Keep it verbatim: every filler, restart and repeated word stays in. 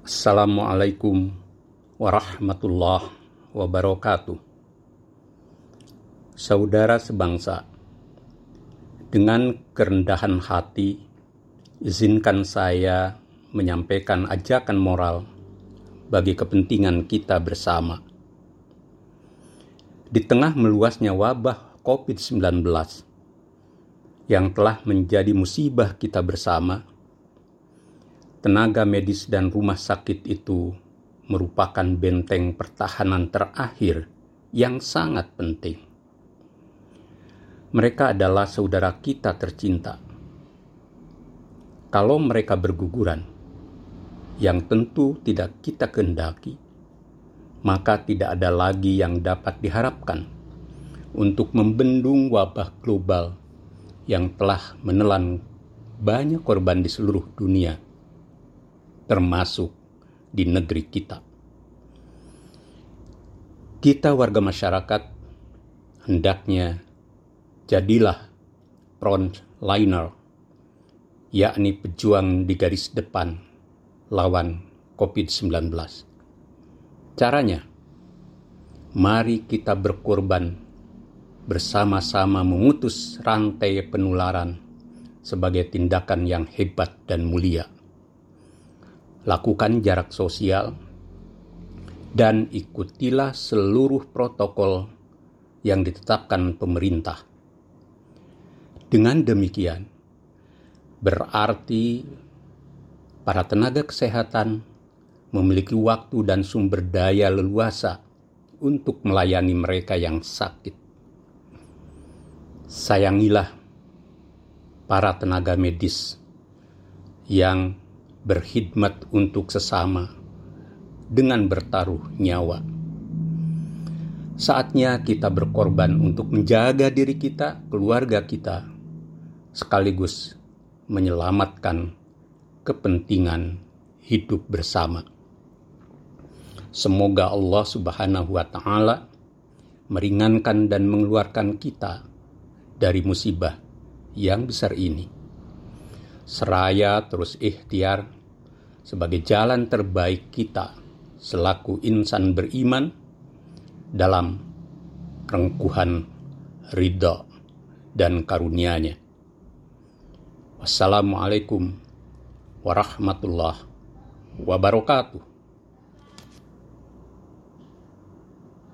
Assalamualaikum warahmatullahi wabarakatuh. Saudara sebangsa, dengan kerendahan hati, izinkan saya menyampaikan ajakan moral bagi kepentingan kita bersama. Di tengah meluasnya wabah covid sembilan belas yang telah menjadi musibah kita bersama, tenaga medis dan rumah sakit itu merupakan benteng pertahanan terakhir yang sangat penting. Mereka adalah saudara kita tercinta. Kalau mereka berguguran, yang tentu tidak kita kehendaki, maka tidak ada lagi yang dapat diharapkan untuk membendung wabah global yang telah menelan banyak korban di seluruh dunia, termasuk di negeri kita. Kita warga masyarakat hendaknya jadilah frontliner, yakni pejuang di garis depan lawan covid sembilan belas. Caranya, mari kita berkorban bersama-sama memutus rantai penularan sebagai tindakan yang hebat dan mulia. Lakukan jarak sosial dan ikutilah seluruh protokol yang ditetapkan pemerintah. Dengan demikian, berarti para tenaga kesehatan memiliki waktu dan sumber daya leluasa untuk melayani mereka yang sakit. Sayangilah para tenaga medis yang berkhidmat untuk sesama dengan bertaruh nyawa. Saatnya kita berkorban untuk menjaga diri kita, keluarga kita, sekaligus menyelamatkan kepentingan hidup bersama. Semoga Allah Subhanahu wa Ta'ala meringankan dan mengeluarkan kita dari musibah yang besar ini, seraya terus ikhtiar sebagai jalan terbaik kita selaku insan beriman dalam rengkuhan ridha dan karunia-Nya. Wassalamualaikum warahmatullahi wabarakatuh.